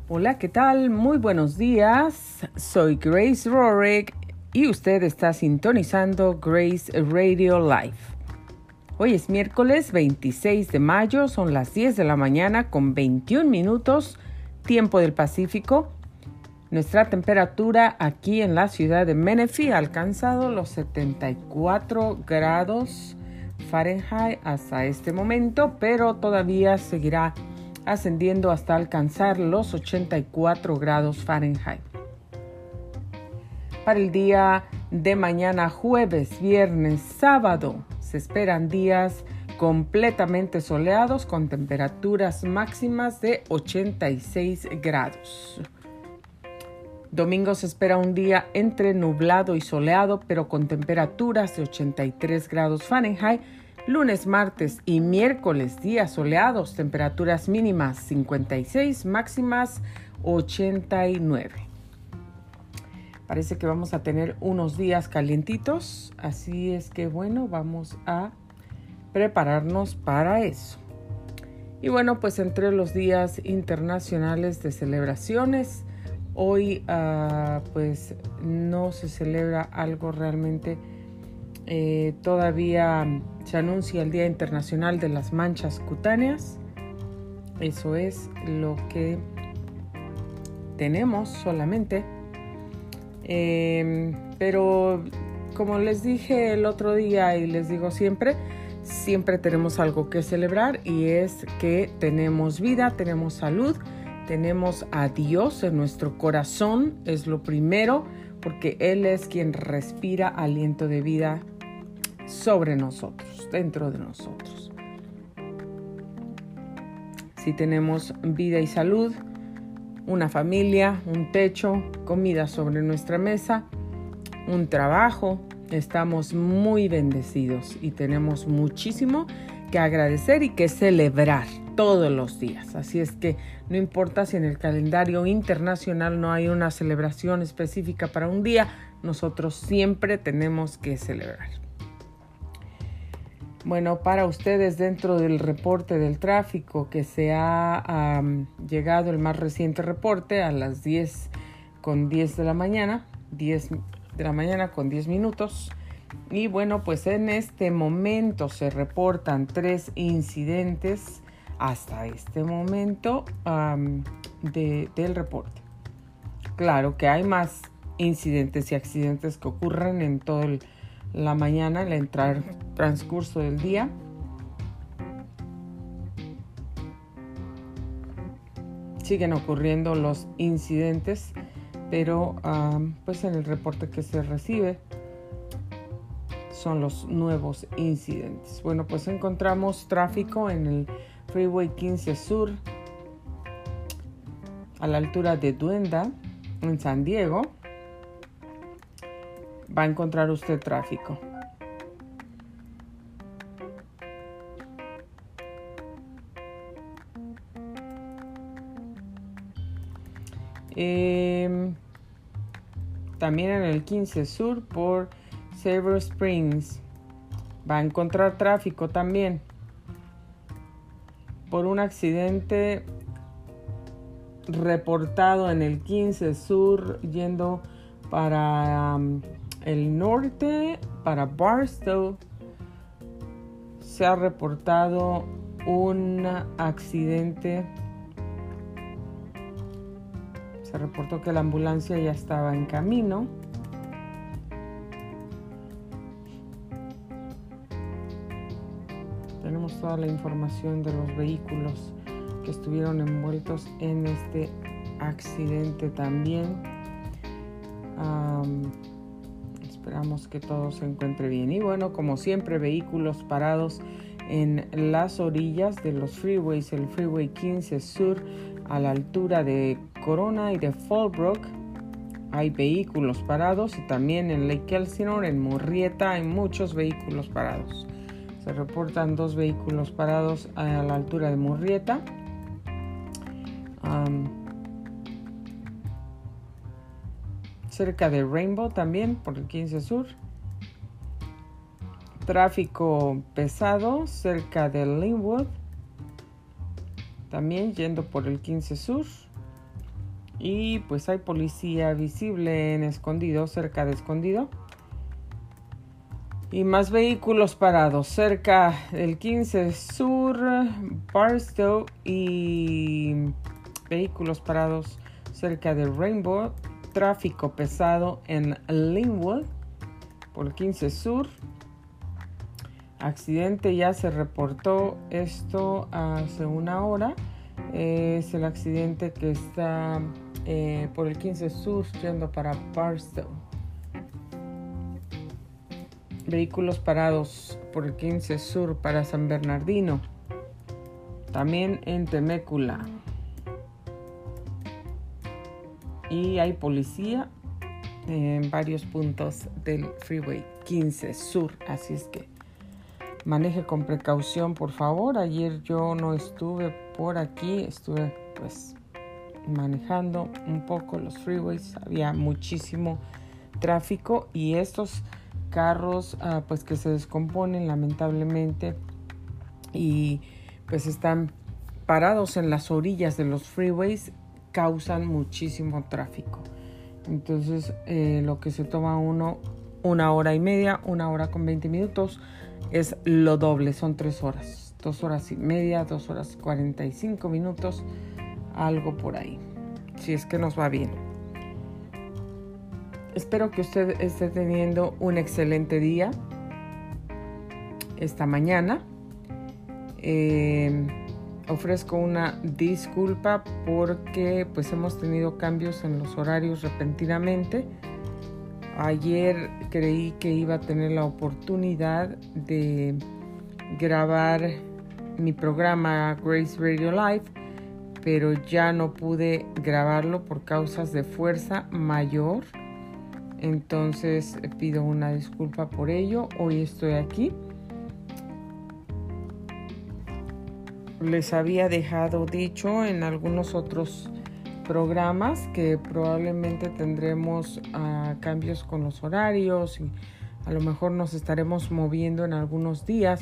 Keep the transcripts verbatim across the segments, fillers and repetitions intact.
Hola, ¿qué tal? Muy buenos días. Soy Grace Rorick y usted está sintonizando Grace Radio Live. Hoy es miércoles veintiséis de mayo, son las diez de la mañana con veintiún minutos, tiempo del Pacífico. Nuestra temperatura aquí en la ciudad de Menifee ha alcanzado los setenta y cuatro grados Fahrenheit hasta este momento, pero todavía seguirá ascendiendo hasta alcanzar los ochenta y cuatro grados Fahrenheit. Para el día de mañana, jueves, viernes, sábado, se esperan días completamente soleados con temperaturas máximas de ochenta y seis grados. Domingo se espera un día entre nublado y soleado, pero con temperaturas de ochenta y tres grados Fahrenheit. Lunes, martes y miércoles, días soleados, temperaturas mínimas cincuenta y seis, máximas ochenta y nueve. Parece que vamos a tener unos días calientitos, así es que bueno, vamos a prepararnos para eso. Y bueno, pues entre los días internacionales de celebraciones, hoy uh, pues no se celebra algo realmente. Eh, todavía se anuncia el Día Internacional de las Manchas Cutáneas. Eso es lo que tenemos solamente. Eh, pero como les dije el otro día y les digo siempre, siempre tenemos algo que celebrar y es que tenemos vida, tenemos salud, tenemos a Dios en nuestro corazón, es lo primero, porque Él es quien respira aliento de vida sobre nosotros, dentro de nosotros. Si tenemos vida y salud, una familia, un techo, comida sobre nuestra mesa, un trabajo, estamos muy bendecidos y tenemos muchísimo que agradecer y que celebrar todos los días. Así es que no importa si en el calendario internacional no hay una celebración específica para un día, nosotros siempre tenemos que celebrar. Bueno, para ustedes, dentro del reporte del tráfico que se ha um, llegado, el más reciente reporte a las diez con diez de la mañana, diez de la mañana con diez minutos. Y bueno, pues en este momento se reportan tres incidentes hasta este momento um, de, del reporte. Claro que hay más incidentes y accidentes que ocurren en todo el la mañana, el entrar transcurso del día. Siguen ocurriendo los incidentes, pero um, pues en el reporte que se recibe son los nuevos incidentes. Bueno, pues encontramos tráfico en el Freeway quince Sur a la altura de Duenda en San Diego. Va a encontrar usted tráfico. Eh, también en el quince Sur por Silver Springs va a encontrar tráfico también por un accidente reportado en el quince Sur yendo para um, el norte, para Barstow. Se ha reportado un accidente. Se reportó que la ambulancia ya estaba en camino. Tenemos toda la información de los vehículos que estuvieron envueltos en este accidente también. Um, Esperamos que todo se encuentre bien. Y bueno, como siempre, vehículos parados en las orillas de los freeways, el Freeway quince Sur a la altura de Corona y de Fallbrook. Hay vehículos parados y también en Lake Elsinore, en Murrieta, hay muchos vehículos parados. Se reportan dos vehículos parados a la altura de Murrieta. Um, cerca de Rainbow también por el quince Sur. Tráfico pesado cerca de Linwood, también yendo por el quince Sur. Y pues hay policía visible en Escondido, cerca de Escondido. Y más vehículos parados cerca del quince Sur, Barstow, y vehículos parados cerca de Rainbow. Tráfico pesado en Linwood por el quince Sur. Accidente ya se reportó, esto hace una hora. Es el accidente que está eh, por el quince Sur yendo para Barstow. Vehículos parados por el quince Sur para San Bernardino. También en Temecula. Y hay policía en varios puntos del Freeway quince Sur. Así es que maneje con precaución, por favor. Ayer yo no estuve por aquí. Estuve pues manejando un poco los freeways. Había muchísimo tráfico y estos carros uh, pues que se descomponen lamentablemente y pues están parados en las orillas de los freeways, causan muchísimo tráfico. Entonces eh, lo que se toma uno una hora y media, una hora con veinte minutos, es lo doble, son tres horas, dos horas y media, dos horas cuarenta y cinco minutos, algo por ahí, si es que nos va bien. Espero que usted esté teniendo un excelente día esta mañana. Eh, ofrezco una disculpa porque pues hemos tenido cambios en los horarios repentinamente. Ayer creí que iba a tener la oportunidad de grabar mi programa Grace Radio Live, pero ya no pude grabarlo por causas de fuerza mayor. Entonces pido una disculpa por ello. Hoy estoy aquí. Les había dejado dicho en algunos otros programas que probablemente tendremos uh, cambios con los horarios y a lo mejor nos estaremos moviendo en algunos días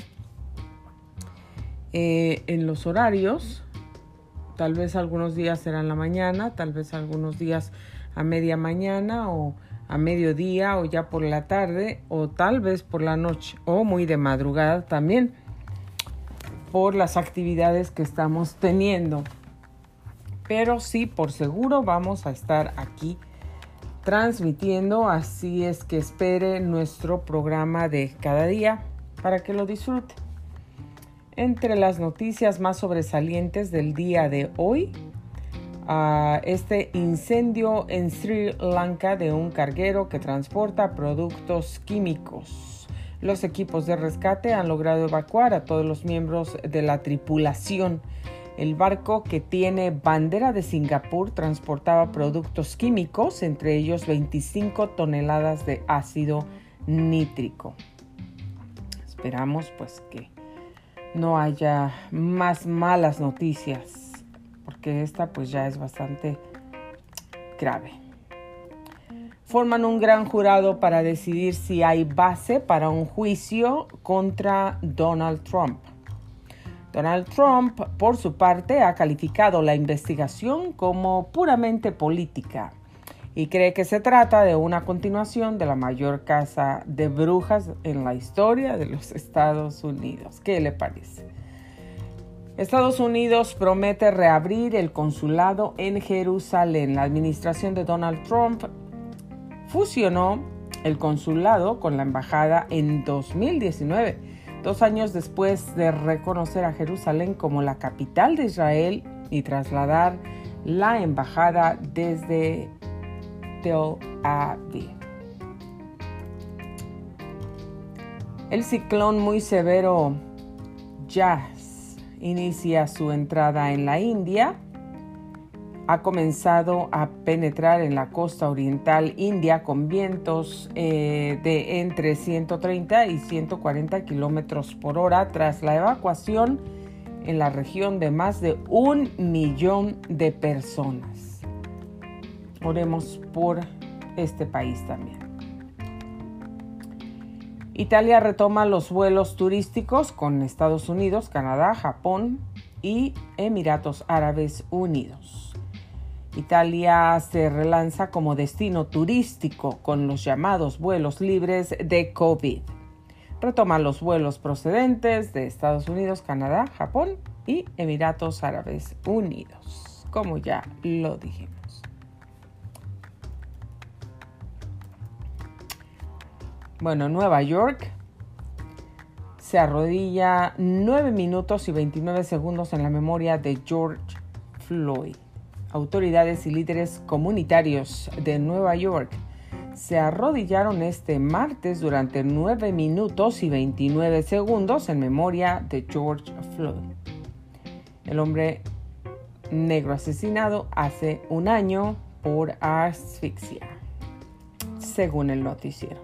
eh, en los horarios. Tal vez algunos días serán la mañana, tal vez algunos días a media mañana o a mediodía o ya por la tarde o tal vez por la noche o muy de madrugada también por las actividades que estamos teniendo. Pero sí, por seguro vamos a estar aquí transmitiendo, así es que espere nuestro programa de cada día para que lo disfrute. Entre las noticias más sobresalientes del día de hoy, Uh, este incendio en Sri Lanka de un carguero que transporta productos químicos. Los equipos de rescate han logrado evacuar a todos los miembros de la tripulación. El barco, que tiene bandera de Singapur, transportaba productos químicos, entre ellos veinticinco toneladas de ácido nítrico. Esperamos pues que no haya más malas noticias, porque esta pues ya es bastante grave. Forman un gran jurado para decidir si hay base para un juicio contra Donald Trump. Donald Trump, por su parte, ha calificado la investigación como puramente política y cree que se trata de una continuación de la mayor caza de brujas en la historia de los Estados Unidos. ¿Qué le parece? Estados Unidos promete reabrir el consulado en Jerusalén. La administración de Donald Trump fusionó el consulado con la embajada en dos mil diecinueve, dos años después de reconocer a Jerusalén como la capital de Israel y trasladar la embajada desde Tel Aviv. El ciclón muy severo Yas inicia su entrada en la India. Ha comenzado a penetrar en la costa oriental india con vientos eh, de entre ciento treinta y ciento cuarenta kilómetros por hora tras la evacuación en la región de más de un millón de personas. Oremos por este país también. Italia retoma los vuelos turísticos con Estados Unidos, Canadá, Japón y Emiratos Árabes Unidos. Italia se relanza como destino turístico con los llamados vuelos libres de COVID. Retoma los vuelos procedentes de Estados Unidos, Canadá, Japón y Emiratos Árabes Unidos, como ya lo dijimos. Bueno, Nueva York se arrodilla nueve minutos y veintinueve segundos en la memoria de George Floyd. Autoridades y líderes comunitarios de Nueva York se arrodillaron este martes durante nueve minutos y veintinueve segundos en memoria de George Floyd, el hombre negro asesinado hace un año por asfixia, según el noticiero.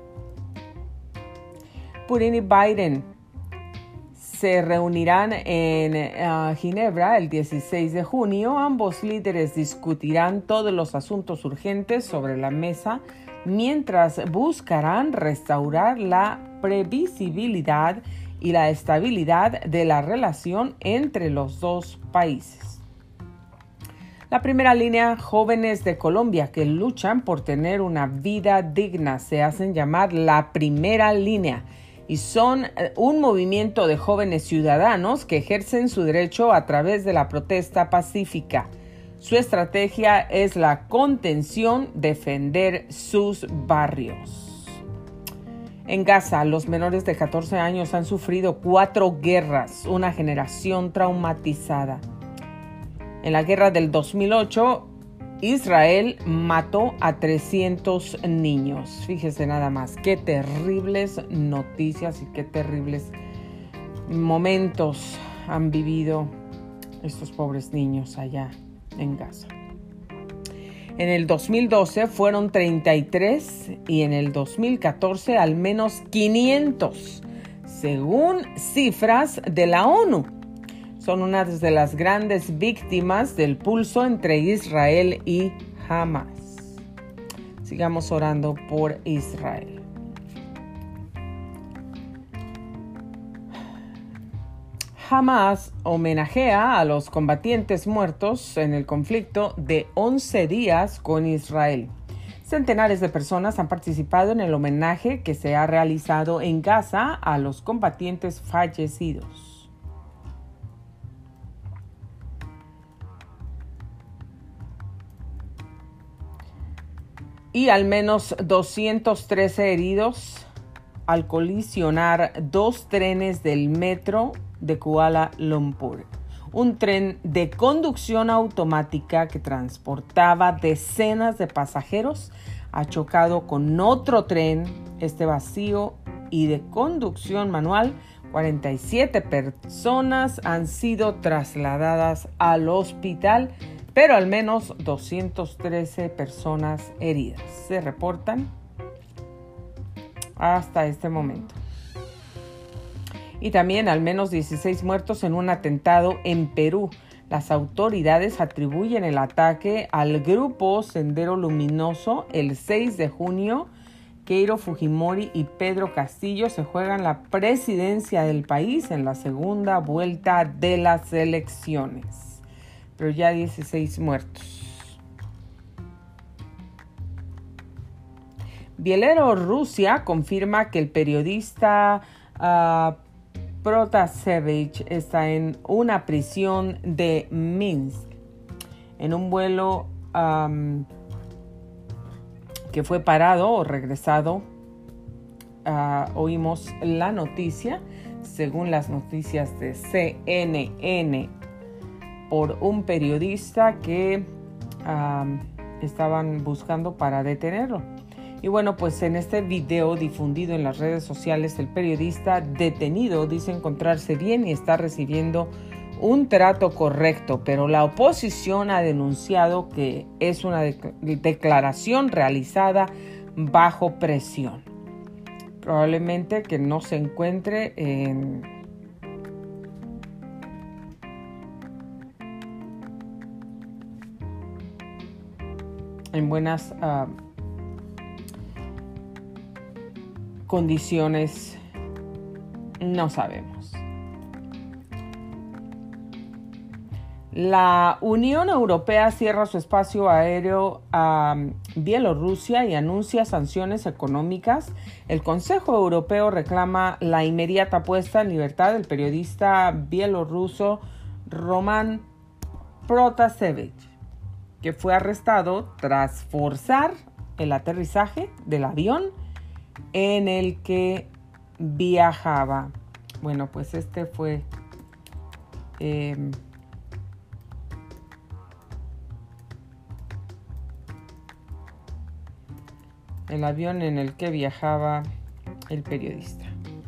Putin y Biden se reunirán en uh, Ginebra el dieciséis de junio. Ambos líderes discutirán todos los asuntos urgentes sobre la mesa mientras buscarán restaurar la previsibilidad y la estabilidad de la relación entre los dos países. La primera línea, jóvenes de Colombia que luchan por tener una vida digna, se hacen llamar la primera línea y son un movimiento de jóvenes ciudadanos que ejercen su derecho a través de la protesta pacífica. Su estrategia es la contención, defender sus barrios. En Gaza, los menores de catorce años han sufrido cuatro guerras, una generación traumatizada. En la guerra del dos mil ocho, Israel mató a trescientos niños. Fíjese nada más, qué terribles noticias y qué terribles momentos han vivido estos pobres niños allá en Gaza. En el dos mil doce fueron treinta y tres y en el dos mil catorce al menos quinientos, según cifras de la ONU. Son una de las grandes víctimas del pulso entre Israel y Hamas. Sigamos orando por Israel. Hamas homenajea a los combatientes muertos en el conflicto de once días con Israel. Centenares de personas han participado en el homenaje que se ha realizado en Gaza a los combatientes fallecidos. Y al menos doscientos trece heridos al colisionar dos trenes del metro de Kuala Lumpur. Un tren de conducción automática que transportaba decenas de pasajeros ha chocado con otro tren, este vacío y de conducción manual. cuarenta y siete personas han sido trasladadas al hospital, pero al menos doscientas trece personas heridas se reportan hasta este momento. Y también al menos dieciséis muertos en un atentado en Perú. Las autoridades atribuyen el ataque al grupo Sendero Luminoso. El seis de junio, Keiko Fujimori y Pedro Castillo se juegan la presidencia del país en la segunda vuelta de las elecciones. Pero ya dieciséis muertos. Bielorrusia confirma que el periodista uh, Protasevich está en una prisión de Minsk. En un vuelo um, que fue parado o regresado, uh, oímos la noticia, según las noticias de C N N, por un periodista que um, estaban buscando para detenerlo. Y bueno, pues en este video difundido en las redes sociales, el periodista detenido dice encontrarse bien y está recibiendo un trato correcto, pero la oposición ha denunciado que es una de- declaración realizada bajo presión. Probablemente que no se encuentre en en buenas uh, condiciones, no sabemos. La Unión Europea cierra su espacio aéreo a Bielorrusia y anuncia sanciones económicas. El Consejo Europeo reclama la inmediata puesta en libertad del periodista bielorruso Roman Protasevich, que fue arrestado tras forzar el aterrizaje del avión en el que viajaba. Bueno, pues este fue eh, el avión en el que viajaba el periodista.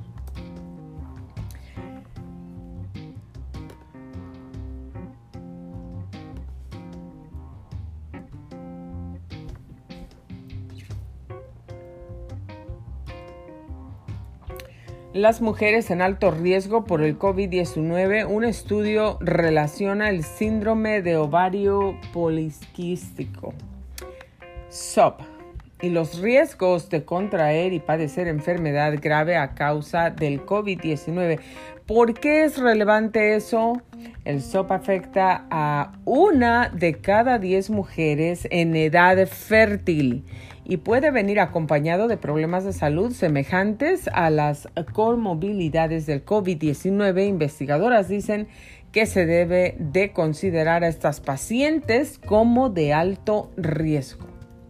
Las mujeres en alto riesgo por el COVID diecinueve. Un estudio relaciona el síndrome de ovario poliquístico, S O P, y los riesgos de contraer y padecer enfermedad grave a causa del COVID diecinueve. ¿Por qué es relevante eso? El S O P afecta a una de cada diez mujeres en edad fértil y puede venir acompañado de problemas de salud semejantes a las comorbilidades del COVID diecinueve. Investigadoras dicen que se debe de considerar a estas pacientes como de alto riesgo.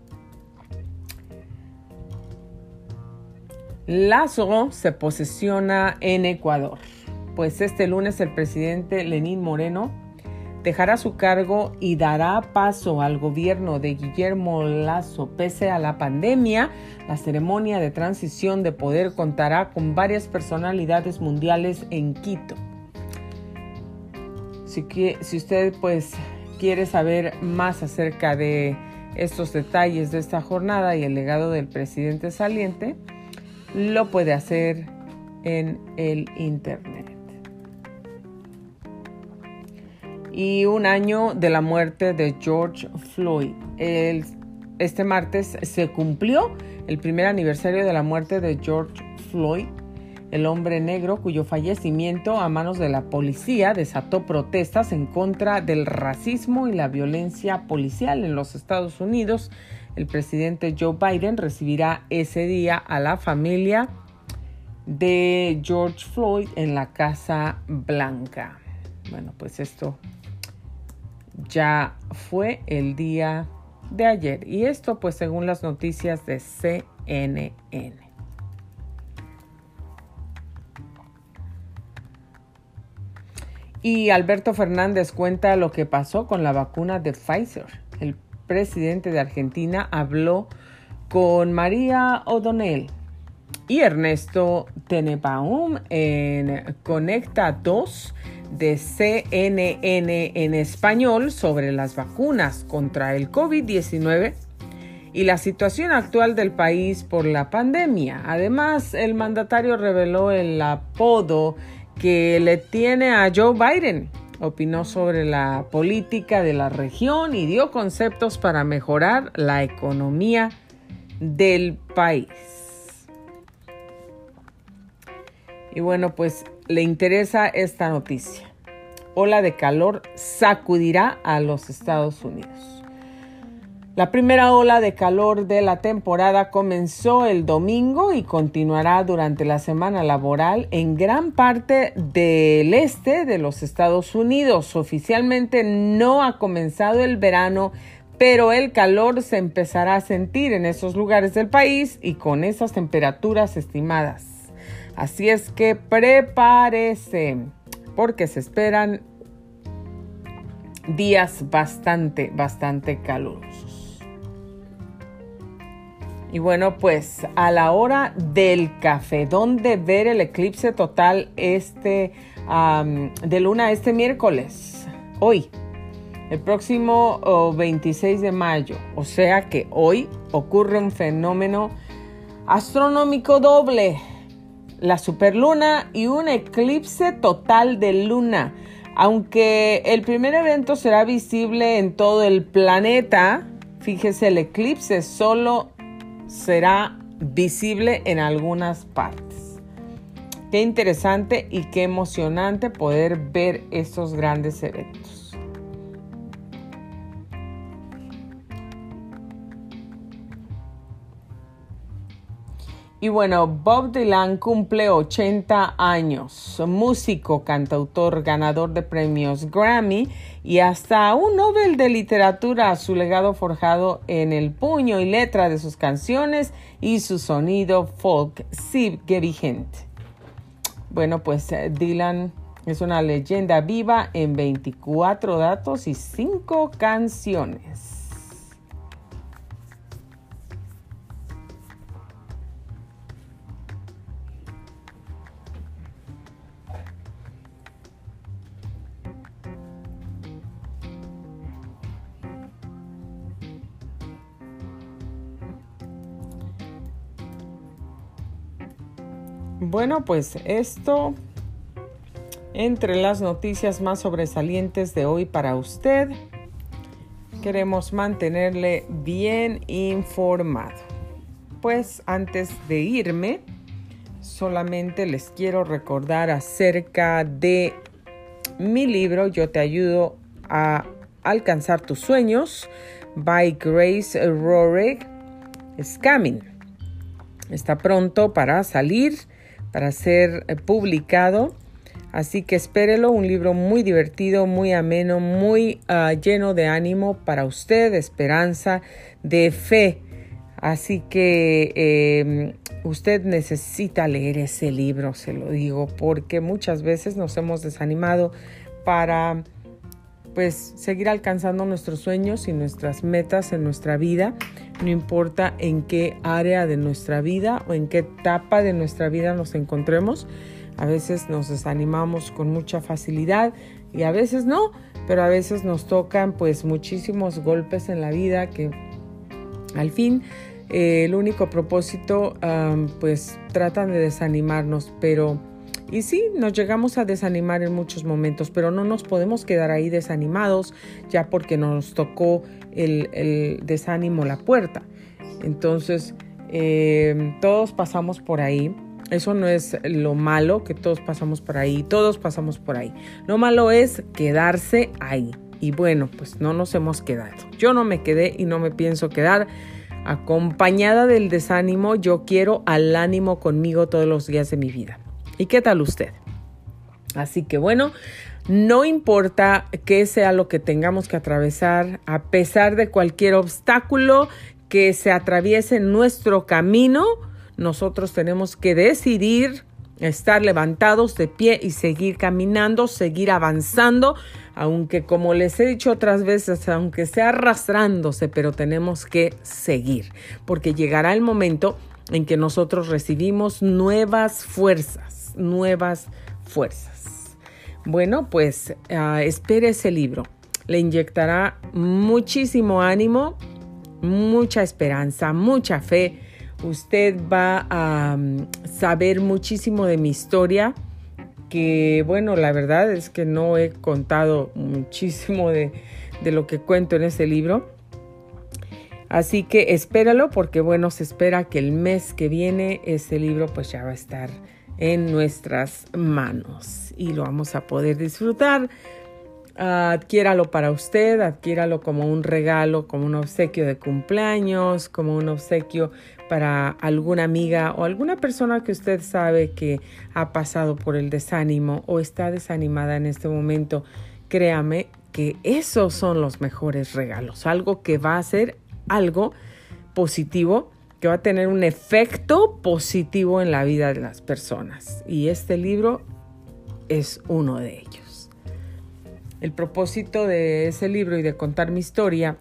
Lazo se posesiona en Ecuador, pues este lunes el presidente Lenín Moreno dejará su cargo y dará paso al gobierno de Guillermo Lasso. Pese a la pandemia, la ceremonia de transición de poder contará con varias personalidades mundiales en Quito. Si, que, si usted pues quiere saber más acerca de estos detalles de esta jornada y el legado del presidente saliente, lo puede hacer en el internet. Y un año de la muerte de George Floyd. El, este martes se cumplió el primer aniversario de la muerte de George Floyd, el hombre negro cuyo fallecimiento a manos de la policía desató protestas en contra del racismo y la violencia policial en los Estados Unidos. El presidente Joe Biden recibirá ese día a la familia de George Floyd en la Casa Blanca. Bueno, pues esto ya fue el día de ayer. Y esto pues según las noticias de C N N. Y Alberto Fernández cuenta lo que pasó con la vacuna de Pfizer. El presidente de Argentina habló con María O'Donnell y Ernesto Tenenbaum en Conecta dos de C N N en español sobre las vacunas contra el COVID diecinueve y la situación actual del país por la pandemia. Además, el mandatario reveló el apodo que le tiene a Joe Biden. Opinó sobre la política de la región y dio conceptos para mejorar la economía del país. Y bueno, pues le interesa esta noticia. Ola de calor sacudirá a los Estados Unidos. La primera ola de calor de la temporada comenzó el domingo y continuará durante la semana laboral en gran parte del este de los Estados Unidos. Oficialmente no ha comenzado el verano, pero el calor se empezará a sentir en esos lugares del país y con esas temperaturas estimadas. Así es que prepárese, porque se esperan días bastante, bastante calurosos. Y bueno, pues a la hora del café, ¿dónde ver el eclipse total este um, de luna este miércoles? Hoy, el próximo oh, veintiséis de mayo. O sea que hoy ocurre un fenómeno astronómico doble. La superluna y un eclipse total de luna. Aunque el primer evento será visible en todo el planeta, fíjese, el eclipse solo será visible en algunas partes. Qué interesante y qué emocionante poder ver estos grandes eventos. Y bueno, Bob Dylan cumple ochenta años, músico, cantautor, ganador de premios Grammy y hasta un Nobel de Literatura. Su legado forjado en el puño y letra de sus canciones y su sonido folk sigue vigente. Bueno, pues Dylan es una leyenda viva en veinticuatro datos y cinco canciones. Bueno, pues esto entre las noticias más sobresalientes de hoy para usted. Queremos mantenerle bien informado. Pues antes de irme, solamente les quiero recordar acerca de mi libro Yo te ayudo a alcanzar tus sueños, by Grace Rorick. Scamming. Está pronto para salir, para ser publicado, así que espérelo, un libro muy divertido, muy ameno, muy uh, lleno de ánimo para usted, de esperanza, de fe. Así que eh, usted necesita leer ese libro, se lo digo, porque muchas veces nos hemos desanimado para pues seguir alcanzando nuestros sueños y nuestras metas en nuestra vida. No importa en qué área de nuestra vida o en qué etapa de nuestra vida nos encontremos. A veces nos desanimamos con mucha facilidad y a veces no, pero a veces nos tocan pues muchísimos golpes en la vida que al fin eh, el único propósito um, pues tratan de desanimarnos, pero y sí, nos llegamos a desanimar en muchos momentos, pero no nos podemos quedar ahí desanimados ya porque nos tocó el, el desánimo la puerta. Entonces, eh, todos pasamos por ahí. Eso no es lo malo, que todos pasamos por ahí. Todos pasamos por ahí. Lo malo es quedarse ahí. Y bueno, pues no nos hemos quedado. Yo no me quedé y no me pienso quedar. Acompañada del desánimo, yo quiero al ánimo conmigo todos los días de mi vida. ¿Y qué tal usted? Así que bueno, no importa qué sea lo que tengamos que atravesar, a pesar de cualquier obstáculo que se atraviese en nuestro camino, nosotros tenemos que decidir estar levantados de pie y seguir caminando, seguir avanzando, aunque como les he dicho otras veces, aunque sea arrastrándose, pero tenemos que seguir, porque llegará el momento en que nosotros recibimos nuevas fuerzas. nuevas fuerzas. Bueno, pues uh, espere ese libro. Le inyectará muchísimo ánimo, mucha esperanza, mucha fe. Usted va a um, saber muchísimo de mi historia, que bueno, la verdad es que no he contado muchísimo de, de lo que cuento en ese libro. Así que espéralo, porque bueno, se espera que el mes que viene ese libro pues ya va a estar en nuestras manos y lo vamos a poder disfrutar. Uh, adquiéralo para usted, adquiéralo como un regalo, como un obsequio de cumpleaños, como un obsequio para alguna amiga o alguna persona que usted sabe que ha pasado por el desánimo o está desanimada en este momento. Créame que esos son los mejores regalos, algo que va a ser algo positivo, que va a tener un efecto positivo en la vida de las personas. Y este libro es uno de ellos. El propósito de ese libro y de contar mi historia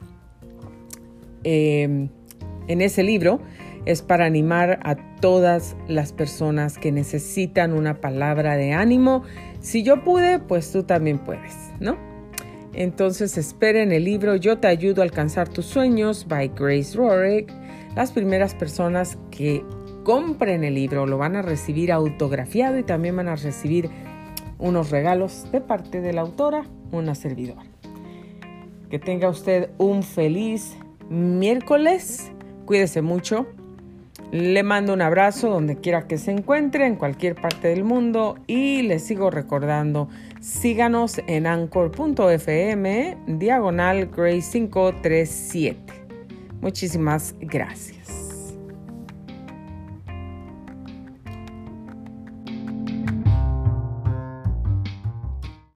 eh, en ese libro es para animar a todas las personas que necesitan una palabra de ánimo. Si yo pude, pues tú también puedes, ¿no? Entonces esperen el libro Yo te ayudo a alcanzar tus sueños, by Grace Rorick. Las primeras personas que compren el libro lo van a recibir autografiado y también van a recibir unos regalos de parte de la autora, una servidora. Que tenga usted un feliz miércoles. Cuídese mucho. Le mando un abrazo donde quiera que se encuentre, en cualquier parte del mundo. Y les sigo recordando, síganos en anchor punto f m, diagonal Grace cinco tres siete. Muchísimas gracias.